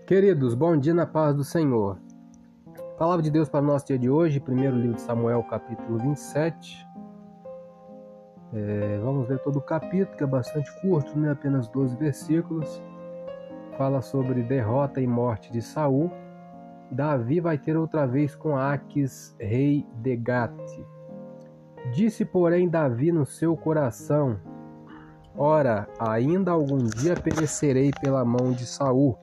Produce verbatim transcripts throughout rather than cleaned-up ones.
Queridos, bom dia na paz do Senhor. Palavra de Deus para o nosso dia de hoje, primeiro livro de Samuel, capítulo vinte e sete. É, vamos ler todo o capítulo, que é bastante curto, né? Apenas doze versículos. Fala sobre derrota e morte de Saul. Davi vai ter outra vez com Aques, rei de Gate. Disse, porém, Davi no seu coração: ora, ainda algum dia perecerei pela mão de Saul.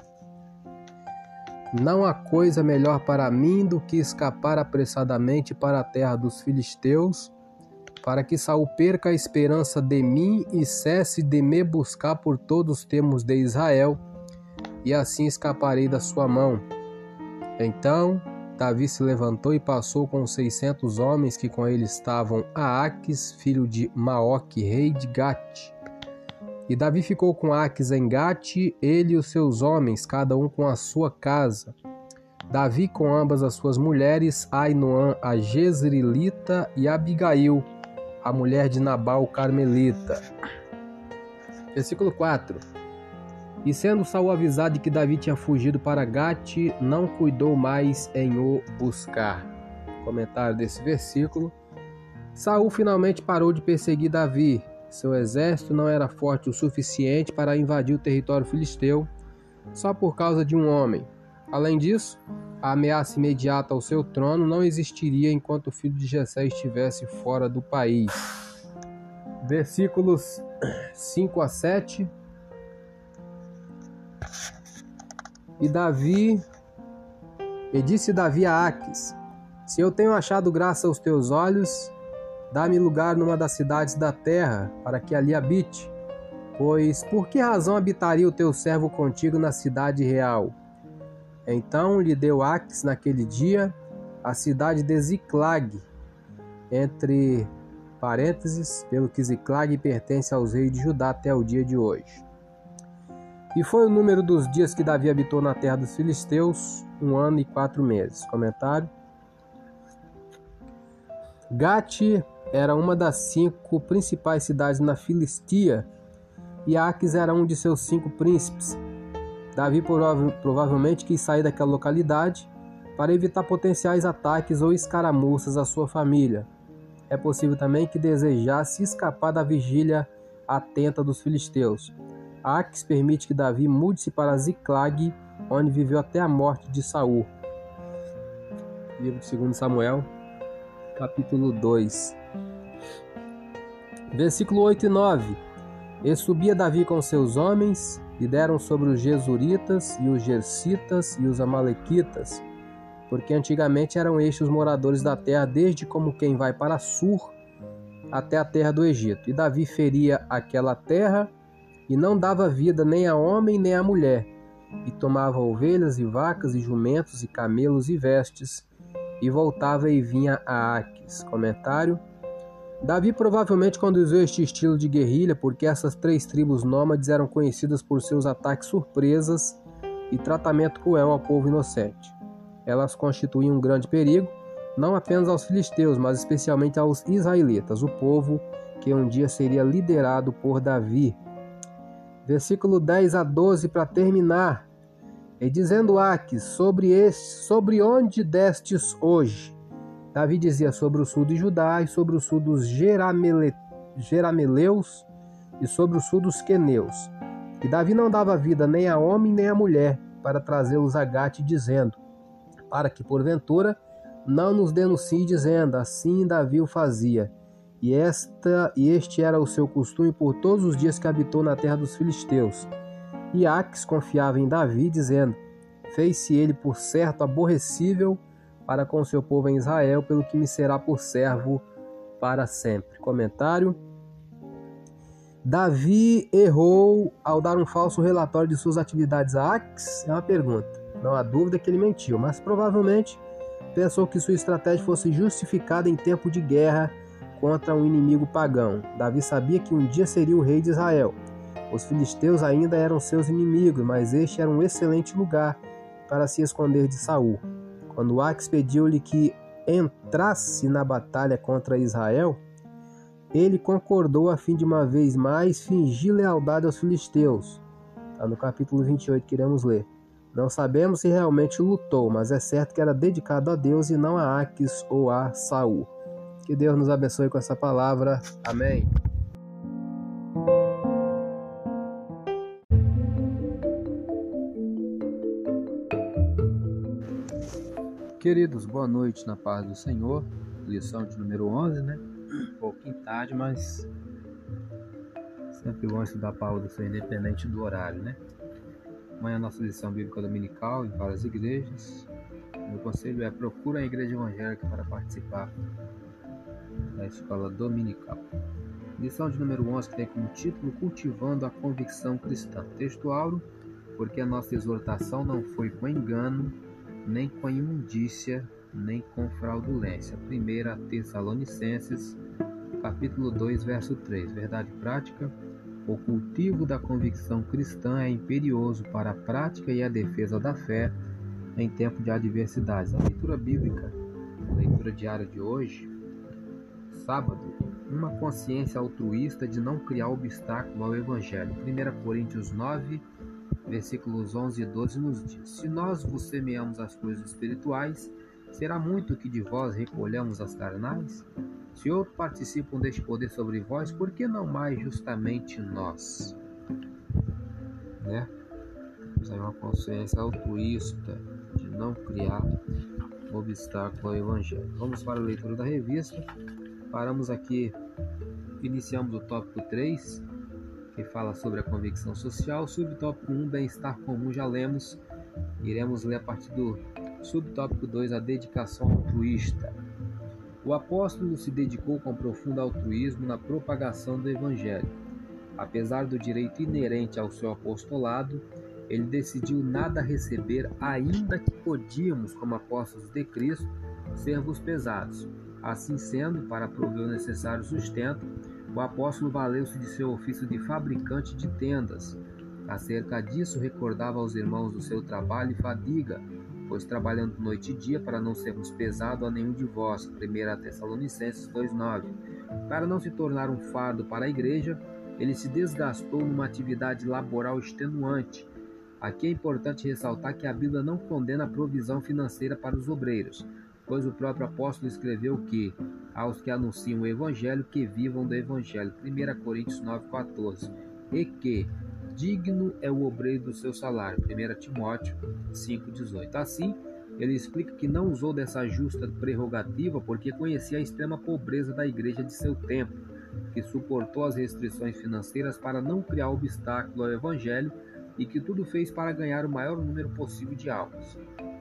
Não há coisa melhor para mim do que escapar apressadamente para a terra dos filisteus, para que Saul perca a esperança de mim e cesse de me buscar por todos os termos de Israel, e assim escaparei da sua mão. Então Davi se levantou e passou com os seiscentos homens que com ele estavam a Aques, filho de Maoque, rei de Gate. E Davi ficou com Aques em Gate, ele e os seus homens, cada um com a sua casa. Davi com ambas as suas mulheres, Ainoã, a Jezreelita, e Abigail, a mulher de Nabal, Carmelita. Versículo quatro. E sendo Saul avisado de que Davi tinha fugido para Gate, não cuidou mais em o buscar. Comentário desse versículo. Saul finalmente parou de perseguir Davi. Seu exército não era forte o suficiente para invadir o território filisteu só por causa de um homem. Além disso, a ameaça imediata ao seu trono não existiria enquanto o filho de Jessé estivesse fora do país. Versículos cinco a sete. E Davi, e disse Davi a Aques: se eu tenho achado graça aos teus olhos, dá-me lugar numa das cidades da terra, para que ali habite. Pois por que razão habitaria o teu servo contigo na cidade real? Então lhe deu Aques naquele dia a cidade de Ziclag, entre parênteses, pelo que Ziclag pertence aos reis de Judá até o dia de hoje. E foi o número dos dias que Davi habitou na terra dos filisteus, um ano e quatro meses. Comentário. Gate era uma das cinco principais cidades na Filistia, e Aques era um de seus cinco príncipes. Davi prova- provavelmente quis sair daquela localidade para evitar potenciais ataques ou escaramuças à sua família. É possível também que desejasse escapar da vigília atenta dos filisteus. Aques permite que Davi mude-se para Ziclag, onde viveu até a morte de Saul. Livro de segundo Samuel, capítulo dois. Versículo oito e nove. E subia Davi com seus homens, e deram sobre os Gesuritas, e os Gersitas, e os Amalequitas, porque antigamente eram estes os moradores da terra, desde como quem vai para Sur, até a terra do Egito. E Davi feria aquela terra, e não dava vida nem a homem nem a mulher, e tomava ovelhas e vacas e jumentos e camelos e vestes, e voltava e vinha a Aques. Comentário. Davi provavelmente conduziu este estilo de guerrilha porque essas três tribos nômades eram conhecidas por seus ataques surpresas e tratamento cruel ao povo inocente. Elas constituíam um grande perigo, não apenas aos filisteus, mas especialmente aos israelitas, o povo que um dia seria liderado por Davi. Versículo dez a doze para terminar. E dizendo Aques, sobre, este, sobre onde destes hoje? Davi dizia sobre o sul de Judá e sobre o sul dos Jeramele, Jerameleus e sobre o sul dos Queneus. E Davi não dava vida nem a homem nem a mulher para trazê-los a Gate, dizendo, para que porventura não nos denuncie, dizendo, assim Davi o fazia. E, esta, e este era o seu costume por todos os dias que habitou na terra dos filisteus. E Aques confiava em Davi, dizendo, fez-se ele por certo aborrecível para com seu povo em Israel, pelo que me será por servo para sempre. Comentário. Davi errou ao dar um falso relatório de suas atividades a Aques? É uma pergunta. Não há dúvida que ele mentiu, mas provavelmente pensou que sua estratégia fosse justificada em tempo de guerra contra um inimigo pagão. Davi sabia que um dia seria o rei de Israel. Os filisteus ainda eram seus inimigos, mas este era um excelente lugar para se esconder de Saul. Quando Aques pediu-lhe que entrasse na batalha contra Israel, ele concordou a fim de uma vez mais fingir lealdade aos filisteus. Está no capítulo vinte e oito que iremos ler. Não sabemos se realmente lutou, mas é certo que era dedicado a Deus e não a Aques ou a Saul. Que Deus nos abençoe com essa palavra. Amém. Queridos, boa noite na paz do Senhor. Lição de número onze, né? Um pouquinho tarde, mas sempre bom estudar a palavra do Senhor independente do horário, né? Amanhã a nossa lição bíblica dominical em várias igrejas. Meu conselho é: procura a igreja evangélica para participar da escola dominical. Lição de número onze, que tem como título Cultivando a Convicção Cristã. Texto áureo: porque a nossa exortação não foi com engano, nem com imundícia, nem com fraudulência. primeira Tessalonicenses, capítulo dois, verso três. Verdade prática: o cultivo da convicção cristã é imperioso para a prática e a defesa da fé em tempo de adversidades. A leitura bíblica, a leitura diária de hoje, sábado: uma consciência altruísta de não criar obstáculo ao Evangelho. primeira Coríntios nove, versículos onze e doze nos diz: se nós vos semeamos as coisas espirituais, será muito que de vós recolhamos as carnais? Se outros participam deste poder sobre vós, por que não mais justamente nós? Né? Temos aí uma consciência altruísta de não criar obstáculo ao Evangelho. Vamos para a leitura da revista. Paramos aqui, iniciamos o tópico três, que fala sobre a convicção social. Subtópico um, bem-estar comum, já lemos. Iremos ler a partir do subtópico dois, a dedicação altruísta. O apóstolo se dedicou com profundo altruísmo na propagação do Evangelho. Apesar do direito inerente ao seu apostolado, ele decidiu nada receber, ainda que podíamos, como apóstolos de Cristo, servos pesados. Assim sendo, para prover o necessário sustento, o apóstolo valeu-se de seu ofício de fabricante de tendas. Acerca disso, recordava aos irmãos do seu trabalho e fadiga, pois trabalhando noite e dia para não sermos pesado a nenhum de vós. primeira Tessalonicenses dois, nove. Para não se tornar um fardo para a igreja, ele se desgastou numa atividade laboral extenuante. Aqui é importante ressaltar que a Bíblia não condena a provisão financeira para os obreiros, pois o próprio apóstolo escreveu que aos que anunciam o Evangelho, que vivam do Evangelho. primeira Coríntios nove, quatorze. E que digno é o obreiro do seu salário. primeira Timóteo cinco, dezoito. Assim, ele explica que não usou dessa justa prerrogativa porque conhecia a extrema pobreza da igreja de seu tempo, que suportou as restrições financeiras para não criar obstáculo ao Evangelho e que tudo fez para ganhar o maior número possível de almas.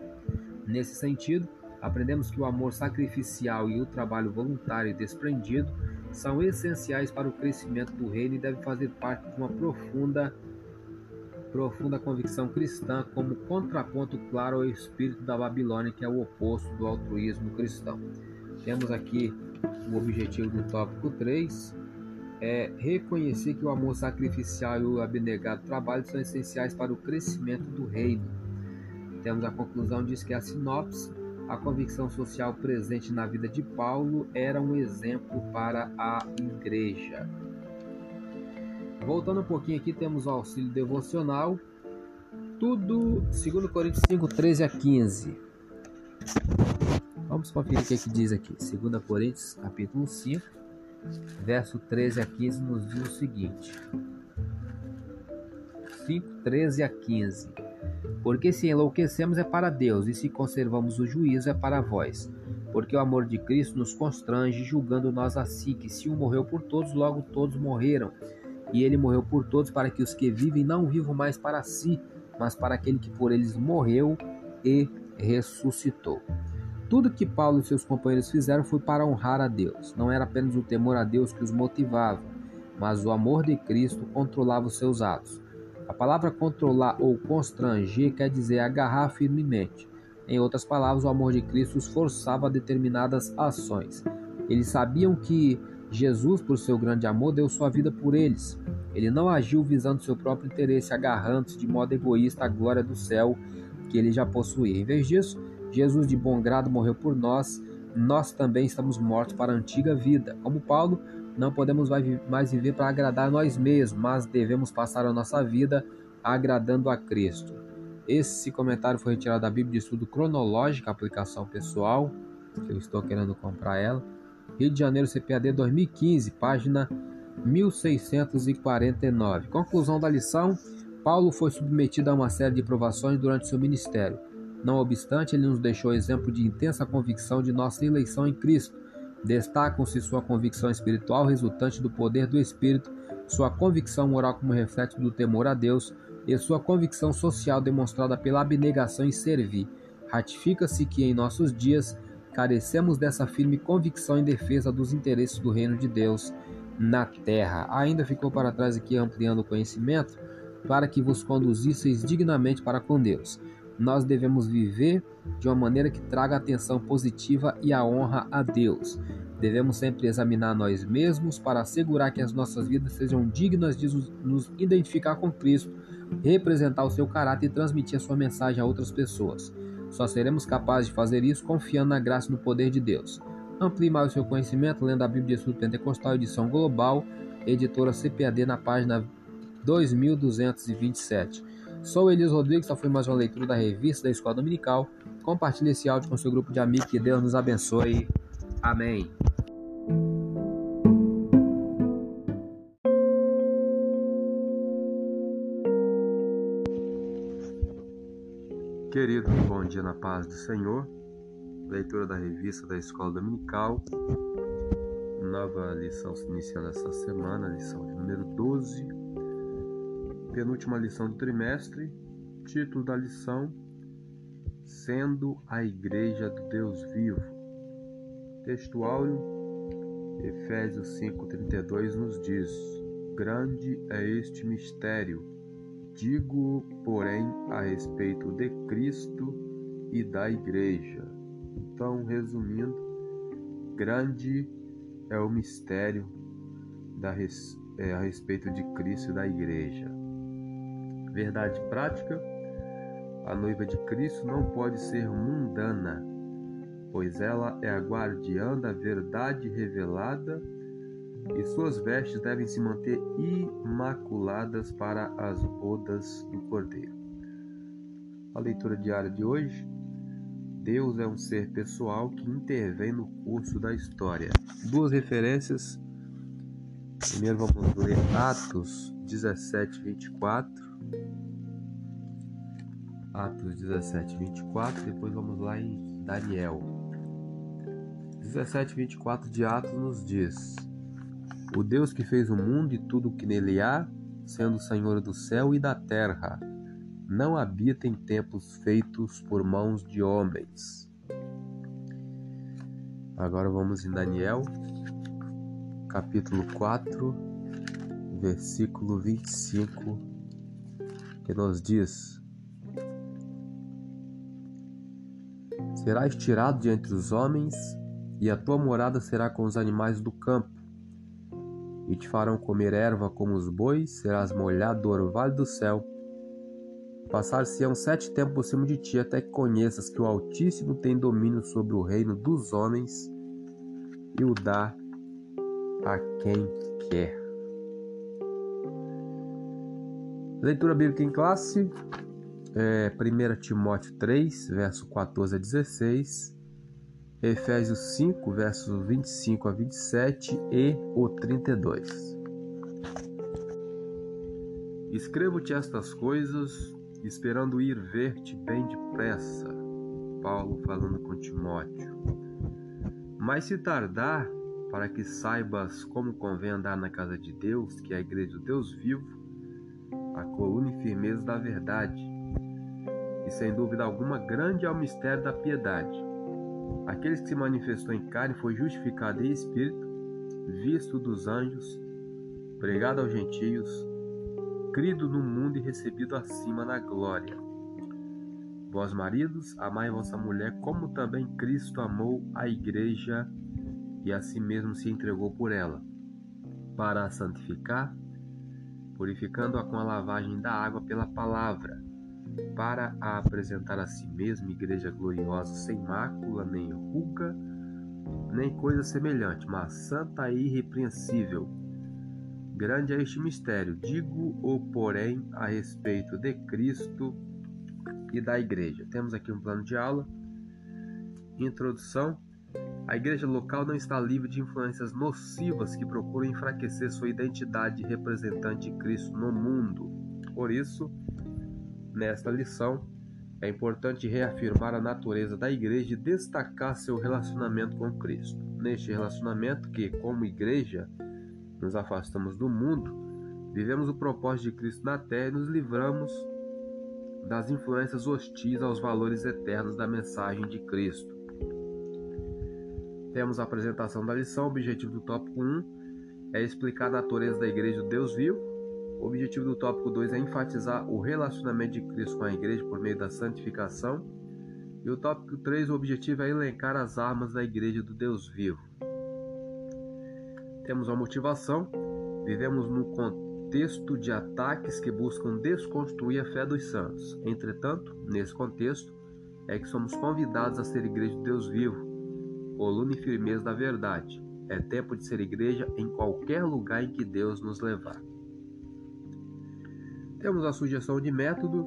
Nesse sentido, aprendemos que o amor sacrificial e o trabalho voluntário e desprendido são essenciais para o crescimento do reino e devem fazer parte de uma profunda, profunda convicção cristã, como contraponto claro ao espírito da Babilônia, que é o oposto do altruísmo cristão. Temos aqui o objetivo do tópico três, é reconhecer que o amor sacrificial e o abnegado trabalho são essenciais para o crescimento do reino. Temos a conclusão, diz que a sinopse: a convicção social presente na vida de Paulo era um exemplo para a igreja. Voltando um pouquinho aqui, temos o auxílio devocional. Tudo, dois Coríntios cinco, treze a quinze. Vamos conferir o que, é que diz aqui. dois Coríntios, capítulo cinco, verso treze a quinze, nos diz o seguinte. cinco, treze a quinze. Porque se enlouquecemos é para Deus, e se conservamos o juízo é para vós. Porque o amor de Cristo nos constrange, julgando nós assim, que se um morreu por todos, logo todos morreram. E ele morreu por todos, para que os que vivem não vivam mais para si, mas para aquele que por eles morreu e ressuscitou. Tudo que Paulo e seus companheiros fizeram foi para honrar a Deus. Não era apenas o temor a Deus que os motivava, mas o amor de Cristo controlava os seus atos. A palavra controlar ou constranger quer dizer agarrar firmemente. Em outras palavras, o amor de Cristo os forçava a determinadas ações. Eles sabiam que Jesus, por seu grande amor, deu sua vida por eles. Ele não agiu visando seu próprio interesse, agarrando-se de modo egoísta à glória do céu que ele já possuía. Em vez disso, Jesus de bom grado morreu por nós. Nós também estamos mortos para a antiga vida. Como Paulo, não podemos mais viver para agradar a nós mesmos, mas devemos passar a nossa vida agradando a Cristo. Esse comentário foi retirado da Bíblia de Estudo Cronológica, aplicação pessoal, que eu estou querendo comprar ela. Rio de Janeiro, C P A D dois mil e quinze, página mil seiscentos e quarenta e nove. Conclusão da lição: Paulo foi submetido a uma série de provações durante seu ministério. Não obstante, ele nos deixou exemplo de intensa convicção de nossa eleição em Cristo. Destacam-se sua convicção espiritual resultante do poder do Espírito, sua convicção moral como reflexo do temor a Deus e sua convicção social demonstrada pela abnegação em servir. Ratifica-se que em nossos dias carecemos dessa firme convicção em defesa dos interesses do reino de Deus na terra. Ainda ficou para trás aqui ampliando o conhecimento, para que vos conduzisseis dignamente para com Deus. Nós devemos viver de uma maneira que traga atenção positiva e a honra a Deus. Devemos sempre examinar nós mesmos para assegurar que as nossas vidas sejam dignas de nos identificar com Cristo, representar o seu caráter e transmitir a sua mensagem a outras pessoas. Só seremos capazes de fazer isso confiando na graça e no poder de Deus. Amplie mais o seu conhecimento lendo a Bíblia de Estudo Pentecostal, edição global, editora C P A D, na página dois mil duzentos e vinte e sete. Sou Elias Rodrigues, essa foi mais uma leitura da revista da Escola Dominical. Compartilhe esse áudio com seu grupo de amigos, que Deus nos abençoe. Amém. Queridos, bom dia na paz do Senhor. Leitura da revista da Escola Dominical. Nova lição se iniciando essa semana, lição de número doze. Penúltima lição do trimestre. Título da lição: Sendo a Igreja do Deus Vivo. Texto áureo, Efésios cinco, trinta e dois nos diz: Grande é este mistério, digo, porém, a respeito de Cristo e da Igreja. Então, resumindo, grande é o mistério da, é, a respeito de Cristo e da Igreja. Verdade prática: a noiva de Cristo não pode ser mundana, pois ela é a guardiã da verdade revelada e suas vestes devem se manter imaculadas para as bodas do Cordeiro. A leitura diária de hoje: Deus é um ser pessoal que intervém no curso da história. Duas referências. Primeiro vamos ler Atos dezessete, vinte e quatro. Atos dezessete, vinte e quatro. Depois vamos lá em Daniel. dezessete, vinte e quatro de Atos nos diz: O Deus que fez o mundo e tudo o que nele há, sendo o Senhor do céu e da terra, não habita em templos feitos por mãos de homens. Agora vamos em Daniel, capítulo quatro, versículo vinte e cinco, que nos diz: Serás tirado de entre os homens, e a tua morada será com os animais do campo. E te farão comer erva como os bois, serás molhado do orvalho do céu. Passar-se-ão sete tempos por cima de ti, até que conheças que o Altíssimo tem domínio sobre o reino dos homens e o dá a quem quer. Leitura bíblica em classe, é, primeiro Timóteo três, verso quatorze a dezesseis, Efésios cinco, versos vinte e cinco a vinte e sete e o trinta e dois. Escrevo-te estas coisas, esperando ir ver-te bem depressa. Paulo falando com Timóteo. Mas se tardar, para que saibas como convém andar na casa de Deus, que é a igreja do Deus vivo, a coluna e firmeza da verdade, e sem dúvida alguma grande é o mistério da piedade. Aqueles que se manifestou em carne foi justificado em espírito, visto dos anjos, pregado aos gentios, crido no mundo e recebido acima na glória. Vós, maridos, amai vossa mulher, como também Cristo amou a igreja e a si mesmo se entregou por ela, para a santificar, purificando-a com a lavagem da água pela palavra, para a apresentar a si mesmo igreja gloriosa, sem mácula, nem ruga, nem coisa semelhante, mas santa e irrepreensível. Grande é este mistério, digo-o, porém, a respeito de Cristo e da igreja. Temos aqui um plano de aula. Introdução. A igreja local não está livre de influências nocivas que procuram enfraquecer sua identidade de representante de Cristo no mundo. Por isso, nesta lição, é importante reafirmar a natureza da igreja e destacar seu relacionamento com Cristo. Neste relacionamento que, como igreja, nos afastamos do mundo, vivemos o propósito de Cristo na terra e nos livramos das influências hostis aos valores eternos da mensagem de Cristo. Temos a apresentação da lição. O objetivo do tópico um é explicar a natureza da igreja do Deus vivo. O objetivo do tópico dois é enfatizar o relacionamento de Cristo com a igreja por meio da santificação. E o tópico três, o objetivo é elencar as armas da igreja do Deus vivo. Temos a motivação. Vivemos num contexto de ataques que buscam desconstruir a fé dos santos. Entretanto, nesse contexto, é que somos convidados a ser igreja do Deus vivo, coluna e firmeza da verdade. É tempo de ser igreja em qualquer lugar em que Deus nos levar. Temos a sugestão de método.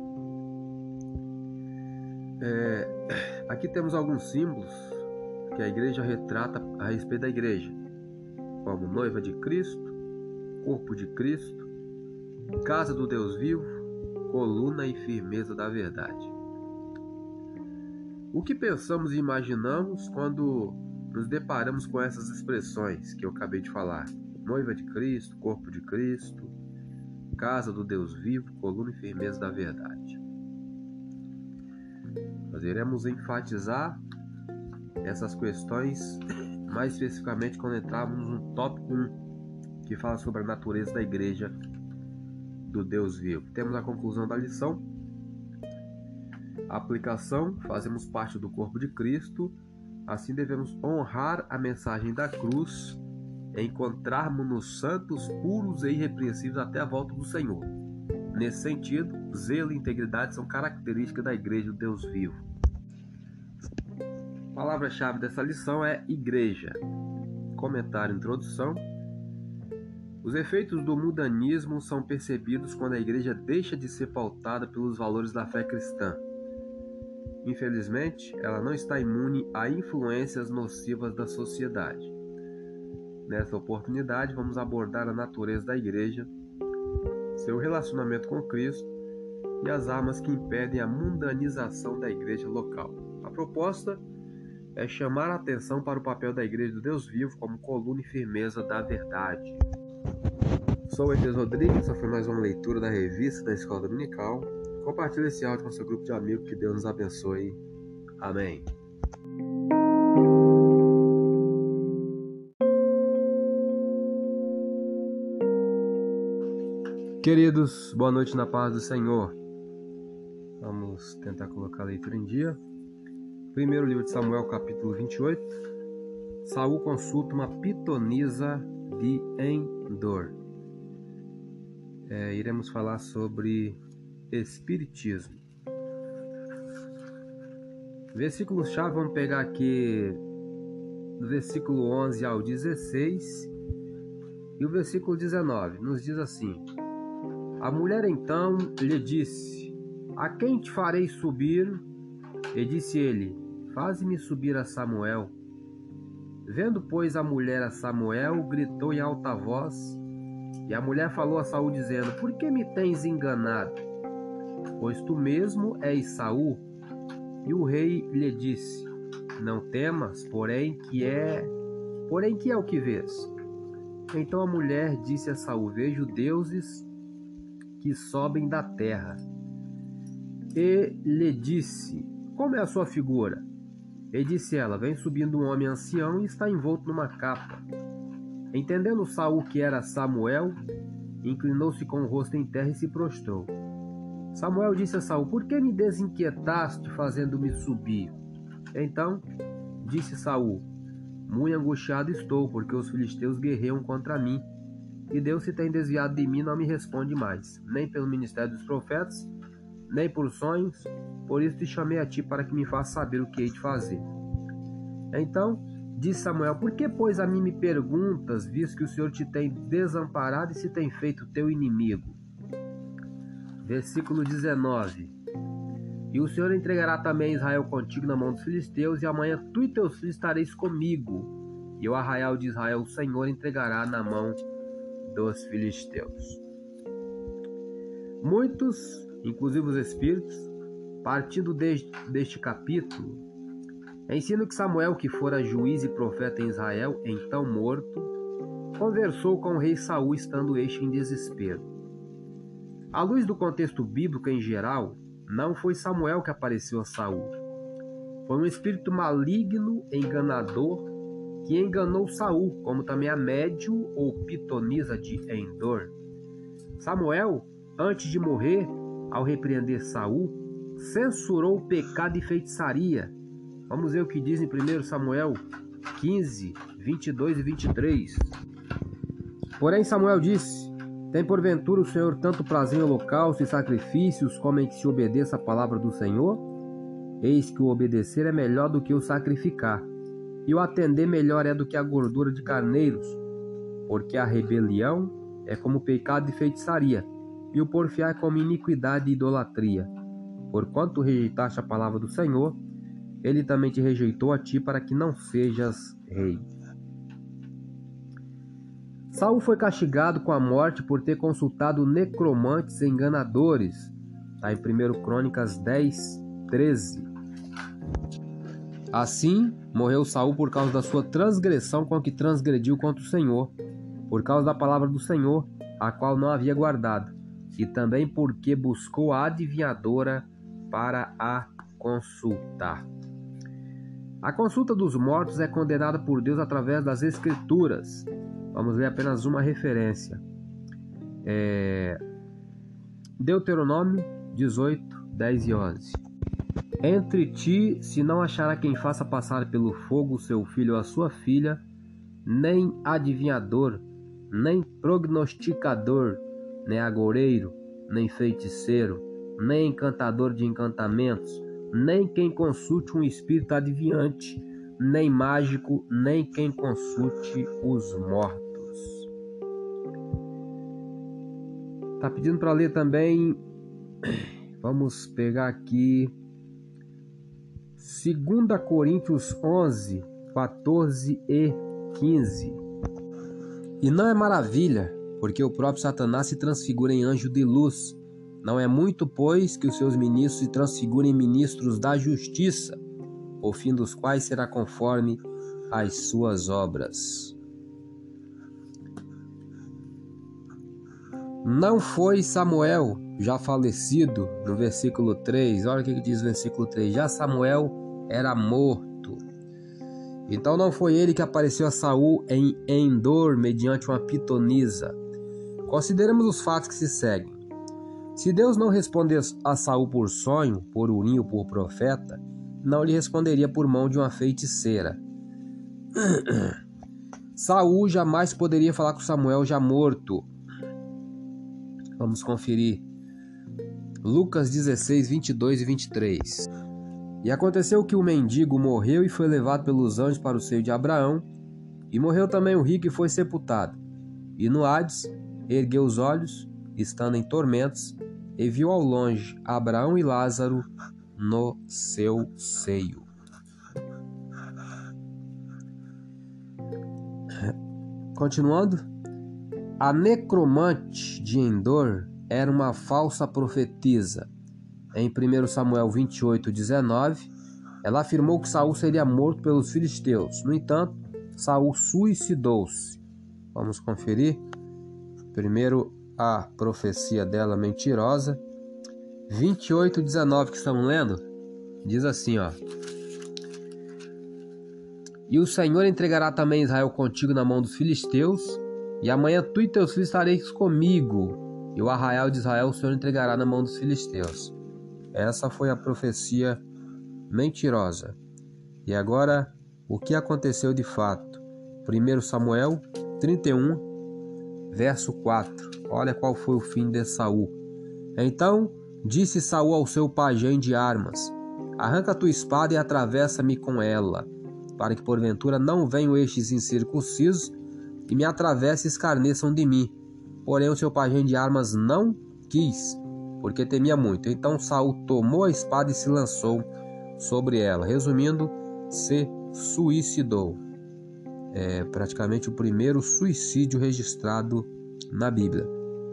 É, aqui temos alguns símbolos que a igreja retrata a respeito da igreja, como noiva de Cristo, corpo de Cristo, casa do Deus vivo, coluna e firmeza da verdade. O que pensamos e imaginamos quando nos deparamos com essas expressões que eu acabei de falar? Noiva de Cristo, corpo de Cristo, casa do Deus vivo, coluna e firmeza da verdade. Nós iremos enfatizar essas questões mais especificamente quando entrarmos no tópico um, que fala sobre a natureza da igreja do Deus vivo. Temos a conclusão da lição. A aplicação: fazemos parte do corpo de Cristo, assim devemos honrar a mensagem da cruz, encontrarmos-nos santos, puros e irrepreensíveis até a volta do Senhor. Nesse sentido, zelo e integridade são características da igreja do Deus vivo. A palavra-chave dessa lição é igreja. Comentário: introdução. Os efeitos do mundanismo são percebidos quando a igreja deixa de ser pautada pelos valores da fé cristã. Infelizmente, ela não está imune a influências nocivas da sociedade. Nessa oportunidade, vamos abordar a natureza da igreja, seu relacionamento com Cristo e as armas que impedem a mundanização da igreja local. A proposta é chamar a atenção para o papel da igreja do Deus vivo como coluna e firmeza da verdade. Sou o Etes Rodrigues, essa foi mais uma leitura da revista da Escola Dominical. Compartilhe esse áudio com seu grupo de amigos, que Deus nos abençoe. Amém. Queridos, boa noite na paz do Senhor. Vamos tentar colocar a leitura em dia. Primeiro livro de Samuel, capítulo vinte e oito. Saul consulta uma pitonisa de Endor. É, iremos falar sobre Espiritismo. Versículos-chave, vamos pegar aqui do versículo onze ao dezesseis e o versículo dezenove. Nos diz assim: a mulher então lhe disse: a quem te farei subir? E disse ele: faze-me subir a Samuel. Vendo, pois, a mulher a Samuel, gritou em alta voz, e a mulher falou a Saul, dizendo: por que me tens enganado? Pois tu mesmo és Saul. E o rei lhe disse: não temas, porém que é, porém que é o que vês? Então a mulher disse a Saul: vejo deuses que sobem da terra. E lhe disse: como é a sua figura? E disse ela: vem subindo um homem ancião e está envolto numa capa. Entendendo Saul que era Samuel, inclinou-se com o rosto em terra e se prostrou. Samuel disse a Saul: por que me desinquietaste, fazendo-me subir? Então disse Saul: muito angustiado estou, porque os filisteus guerreiam contra mim, e Deus se tem desviado de mim, não me responde mais, nem pelo ministério dos profetas, nem por sonhos. Por isso te chamei a ti, para que me faça saber o que hei de fazer. Então disse Samuel: por que, pois, a mim me perguntas, visto que o Senhor te tem desamparado e se tem feito teu inimigo? Versículo dezenove. E o Senhor entregará também Israel contigo na mão dos filisteus, e amanhã tu e teus filhos estareis comigo, e o arraial de Israel o Senhor entregará na mão dos filisteus. Muitos, inclusive os espíritos, partindo deste, deste capítulo, ensinam que Samuel, que fora juiz e profeta em Israel, então morto, conversou com o rei Saul, estando este em desespero. À luz do contexto bíblico em geral, não foi Samuel que apareceu a Saul. Foi um espírito maligno, enganador, que enganou Saul, como também a médium ou pitonisa de Endor. Samuel, antes de morrer, ao repreender Saul, censurou o pecado e feitiçaria. Vamos ver o que diz em primeiro Samuel quinze, vinte e dois e vinte e três. Porém Samuel disse: tem porventura o Senhor tanto prazer em holocaustos e sacrifícios, como em que se obedeça a palavra do Senhor? Eis que o obedecer é melhor do que o sacrificar, e o atender melhor é do que a gordura de carneiros, porque a rebelião é como pecado e feitiçaria, e o porfiar é como iniquidade e idolatria. Porquanto rejeitaste a palavra do Senhor, ele também te rejeitou a ti, para que não sejas rei. Saul foi castigado com a morte por ter consultado necromantes e enganadores. Está em primeiro Crônicas dez, treze. Assim, morreu Saul por causa da sua transgressão com que transgrediu contra o Senhor, por causa da palavra do Senhor, a qual não havia guardado, e também porque buscou a adivinhadora para a consultar. A consulta dos mortos é condenada por Deus através das Escrituras. Vamos ver apenas uma referência. É... Deuteronômio dezoito, dez e onze. Entre ti, se não achará quem faça passar pelo fogo seu filho ou a sua filha, nem adivinhador, nem prognosticador, nem agoureiro, nem feiticeiro, nem encantador de encantamentos, nem quem consulte um espírito adivinhante, nem mágico, nem quem consulte os mortos. Tá pedindo para ler também. Vamos pegar aqui dois Coríntios onze, quatorze e quinze. E não é maravilha, porque o próprio Satanás se transfigura em anjo de luz. Não é muito, pois, que os seus ministros se transfigurem em ministros da justiça, o fim dos quais será conforme as suas obras. Não foi Samuel, já falecido, no versículo três, olha o que diz o versículo três, já Samuel era morto. Então não foi ele que apareceu a Saul em Endor, mediante uma pitonisa. Consideremos os fatos que se seguem. Se Deus não responder a Saul por sonho, por urim ou por profeta, não lhe responderia por mão de uma feiticeira. Saul jamais poderia falar com Samuel já morto. Vamos conferir. Lucas dezesseis, vinte e dois e vinte e três. E aconteceu que o mendigo morreu e foi levado pelos anjos para o seio de Abraão, e morreu também o rico e foi sepultado. E no Hades ergueu os olhos, estando em tormentos, e viu ao longe Abraão e Lázaro no seu seio. Continuando, a necromante de Endor era uma falsa profetisa. Em primeiro Samuel vinte e oito, dezenove, ela afirmou que Saul seria morto pelos filisteus. No entanto, Saul suicidou-se. Vamos conferir. Primeiro, a profecia dela mentirosa. vinte e oito, dezenove que estamos lendo, diz assim, ó. E o Senhor entregará também Israel contigo na mão dos filisteus, e amanhã tu e teus filhos estareis comigo, e o arraial de Israel o Senhor entregará na mão dos filisteus. Essa foi a profecia mentirosa. E agora, o que aconteceu de fato? primeiro Samuel trinta e um, verso quatro. Olha qual foi o fim de Saul. Então disse Saul ao seu pajem de armas: arranca a tua espada e atravessa-me com ela, para que porventura não venham estes incircuncisos e me atravessem e escarneçam de mim. Porém o seu pajem de armas não quis, porque temia muito. Então Saul tomou a espada e se lançou sobre ela. Resumindo, se suicidou. É praticamente o primeiro suicídio registrado na Bíblia.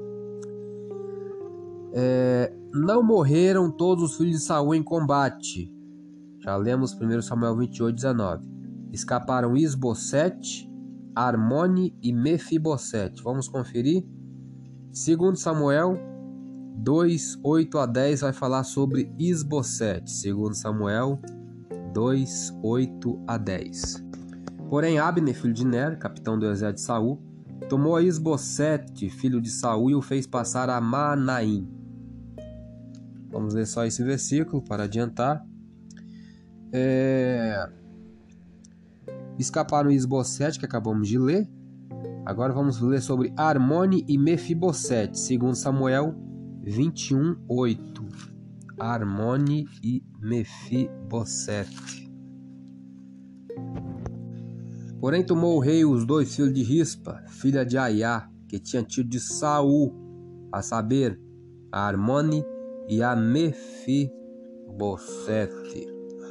É, não morreram todos os filhos de Saul em combate. Já lemos primeiro Samuel vinte e oito, dezenove. Escaparam Isbosete, Armone e Mefibosete. Vamos conferir? Segundo Samuel dois, oito a dez vai falar sobre Isbosete. Segundo Samuel dois, oito a dez. Porém, Abner, filho de Ner, capitão do exército de Saul, tomou a Isbosete, filho de Saul, e o fez passar a Manaim. Vamos ler só esse versículo para adiantar. É... Escaparam Isbosete, que acabamos de ler. Agora vamos ler sobre Armone e Mefibosete, segundo Samuel vinte e um, oito. Armone e Mefibosete. Porém tomou o rei os dois filhos de Rispa, filha de Aiá, que tinha tido de Saul, a saber, a Armone e a Mefibosete.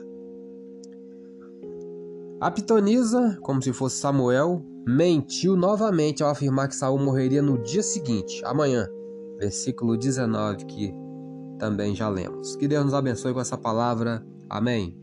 A pitonisa, como se fosse Samuel, mentiu novamente ao afirmar que Saul morreria no dia seguinte, amanhã. Versículo dezenove, que também já lemos. Que Deus nos abençoe com essa palavra. Amém.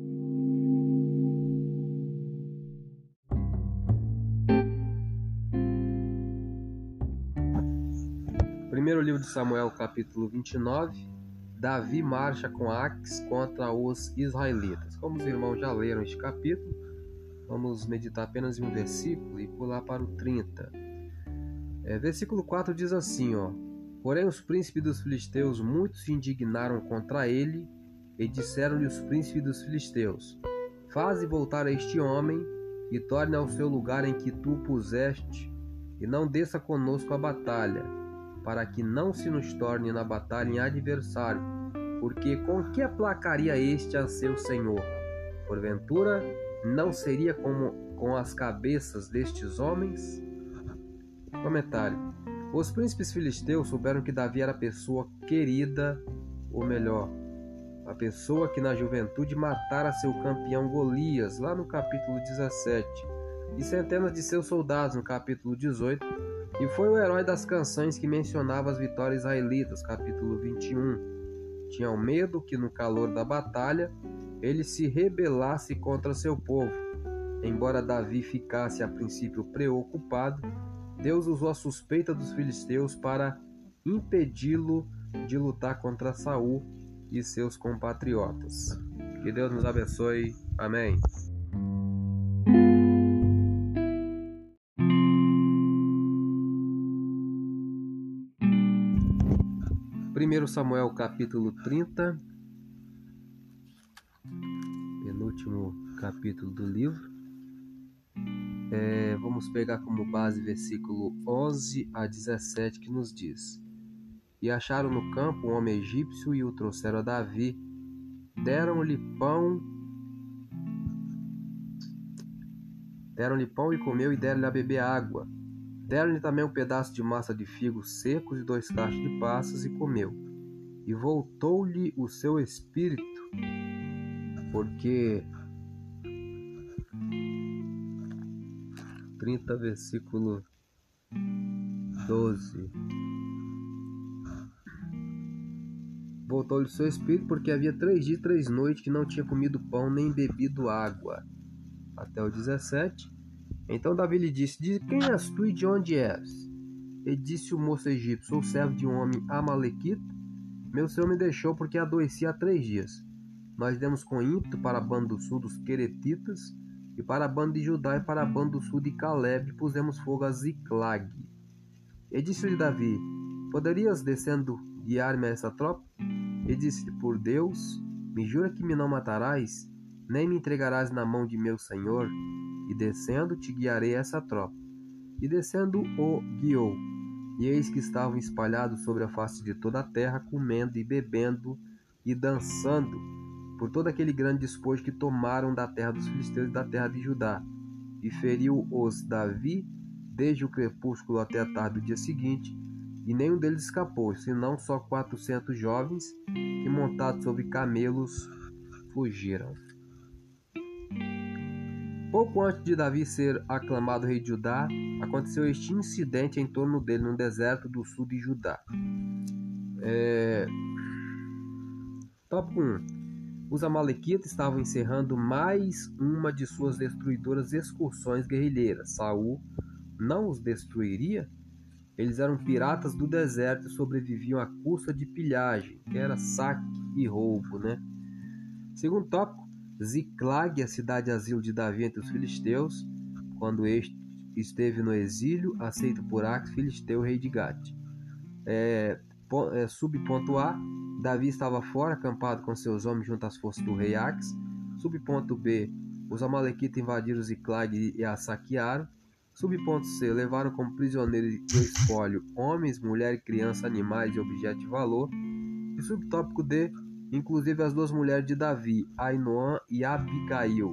Primeiro livro de Samuel, capítulo vinte e nove. Davi marcha com Aques contra os israelitas. Como os irmãos já leram este capítulo, vamos meditar apenas em um versículo e pular para o trinta. É, versículo quatro diz assim, ó: Porém os príncipes dos filisteus muito se indignaram contra ele e disseram-lhe os príncipes dos filisteus: Faze voltar a este homem e torne ao seu lugar em que tu o puseste, e não desça conosco a batalha, para que não se nos torne na batalha em adversário, porque com que aplacaria este a seu senhor? Porventura, não seria como com as cabeças destes homens? Comentário: Os príncipes filisteus souberam que Davi era a pessoa querida, ou melhor, a pessoa que na juventude matara seu campeão Golias, lá no capítulo dezessete, e centenas de seus soldados, no capítulo dezoito, e foi o herói das canções que mencionava as vitórias israelitas, capítulo vinte e um. Tinham medo que no calor da batalha ele se rebelasse contra seu povo. Embora Davi ficasse a princípio preocupado, Deus usou a suspeita dos filisteus para impedi-lo de lutar contra Saul e seus compatriotas. Que Deus nos abençoe. Amém. primeiro Samuel capítulo trinta, penúltimo capítulo do livro. É, vamos pegar como base versículo onze a dezessete, que nos diz: E acharam no campo um homem egípcio e o trouxeram a Davi. Deram-lhe pão, deram-lhe pão e comeu, e deram-lhe a beber água. Deram-lhe também um pedaço de massa de figos secos e dois cachos de passas, e comeu. E voltou-lhe o seu espírito, porque... trinta, versículo doze. Voltou-lhe o seu espírito, porque havia três dias e três noites que não tinha comido pão nem bebido água. Até o dezessete. Então Davi lhe disse: De quem és tu e de onde és? E disse o moço egípcio: Sou servo de um homem amalequita. Meu senhor me deixou porque adoeci há três dias. Nós demos com ímpeto para a banda do sul dos queretitas, e para a banda de Judá e para a banda do sul de Caleb, pusemos fogo a Ziclag. E disse-lhe Davi: Poderias, descendo, guiar-me a essa tropa? E disse-lhe: Por Deus, me jura que me não matarás, nem me entregarás na mão de meu senhor? E descendo, te guiarei a essa tropa. E descendo, o guiou. E eis que estavam espalhados sobre a face de toda a terra, comendo e bebendo e dançando, por todo aquele grande despojo que tomaram da terra dos filisteus e da terra de Judá. E feriu-os Davi desde o crepúsculo até a tarde do dia seguinte, e nenhum deles escapou, senão só quatrocentos jovens que, montados sobre camelos, fugiram. Pouco antes de Davi ser aclamado rei de Judá, aconteceu este incidente em torno dele no deserto do sul de Judá. É... Tópico um. Os amalequitas estavam encerrando mais uma de suas destruidoras excursões guerrilheiras. Saul não os destruiria? Eles eram piratas do deserto e sobreviviam à custa de pilhagem, que era saque e roubo, né? Segundo tópico, Ziclag, a cidade asilo de Davi entre os filisteus, quando este esteve no exílio, aceito por Ax, filisteu, rei de Gate. É, é, subponto A, Davi estava fora, acampado com seus homens junto às forças do rei Ax. Subponto B, os amalequitas invadiram Ziclag e a saquearam. Subponto C, levaram como prisioneiros do espólio homens, mulheres, crianças, animais e objetos de valor. E subtópico D, inclusive as duas mulheres de Davi, Ainoã e Abigail.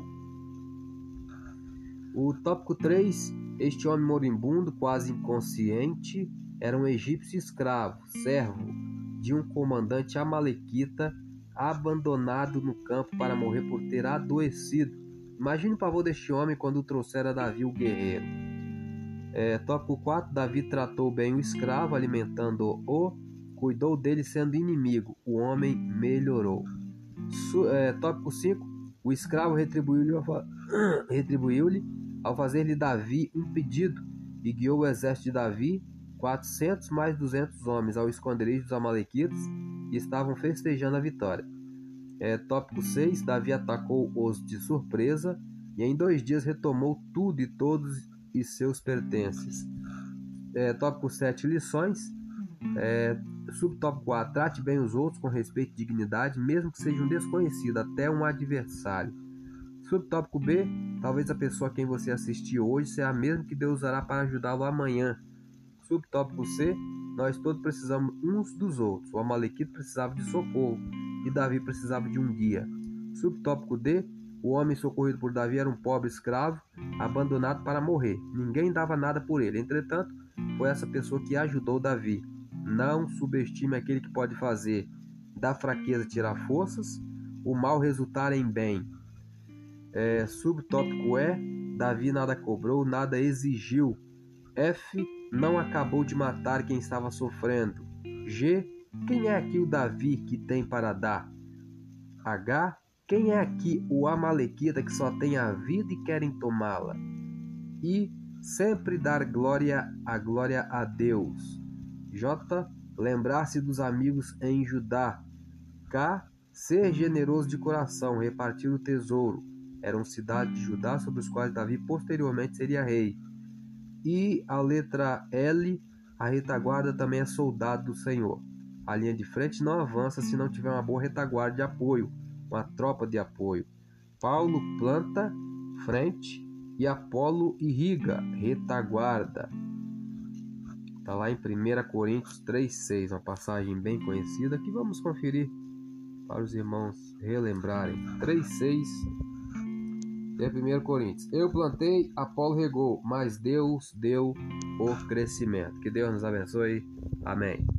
O tópico três, este homem moribundo, quase inconsciente, era um egípcio escravo, servo de um comandante amalequita, abandonado no campo para morrer por ter adoecido. Imagine o pavor deste homem quando o trouxera a Davi, o guerreiro. É, tópico quatro, Davi tratou bem o escravo, alimentando-o, cuidou dele sendo inimigo, o homem melhorou. Su, é, tópico cinco, o escravo retribuiu-lhe retribuiu-lhe ao fazer-lhe Davi um pedido e guiou o exército de Davi, quatrocentos mais duzentos homens, ao esconderijo dos amalequitas, e estavam festejando a vitória. É, tópico seis, Davi atacou-os de surpresa e em dois dias retomou tudo e todos e seus pertences. É, tópico sete, lições. É, subtópico A, trate bem os outros com respeito e dignidade, mesmo que seja um desconhecido, até um adversário. Subtópico B, talvez a pessoa a quem você assistiu hoje seja a mesma que Deus usará para ajudá-lo amanhã. Subtópico C, nós todos precisamos uns dos outros. O amalequita precisava de socorro e Davi precisava de um guia. Subtópico D, o homem socorrido por Davi era um pobre escravo, abandonado para morrer. Ninguém dava nada por ele. Entretanto, foi essa pessoa que ajudou Davi. Não subestime aquele que pode fazer da fraqueza tirar forças, o mal resultar em bem. É, subtópico E, Davi nada cobrou, nada exigiu. F, não acabou de matar quem estava sofrendo. G, quem é aqui o Davi que tem para dar? H, quem é aqui o amalequita que só tem a vida e querem tomá-la? I, sempre dar glória a glória a Deus. J, lembrar-se dos amigos em Judá. K, ser generoso de coração, repartir o tesouro. Eram cidades de Judá sobre os quais Davi posteriormente seria rei. E a letra L, a retaguarda também é soldado do Senhor. A linha de frente não avança se não tiver uma boa retaguarda de apoio, uma tropa de apoio. Paulo planta frente e Apolo irriga, retaguarda. Está lá em primeira Coríntios três, seis, uma passagem bem conhecida que vamos conferir para os irmãos relembrarem. três, seis de primeira Coríntios. Eu plantei, Apolo regou, mas Deus deu o crescimento. Que Deus nos abençoe. Amém.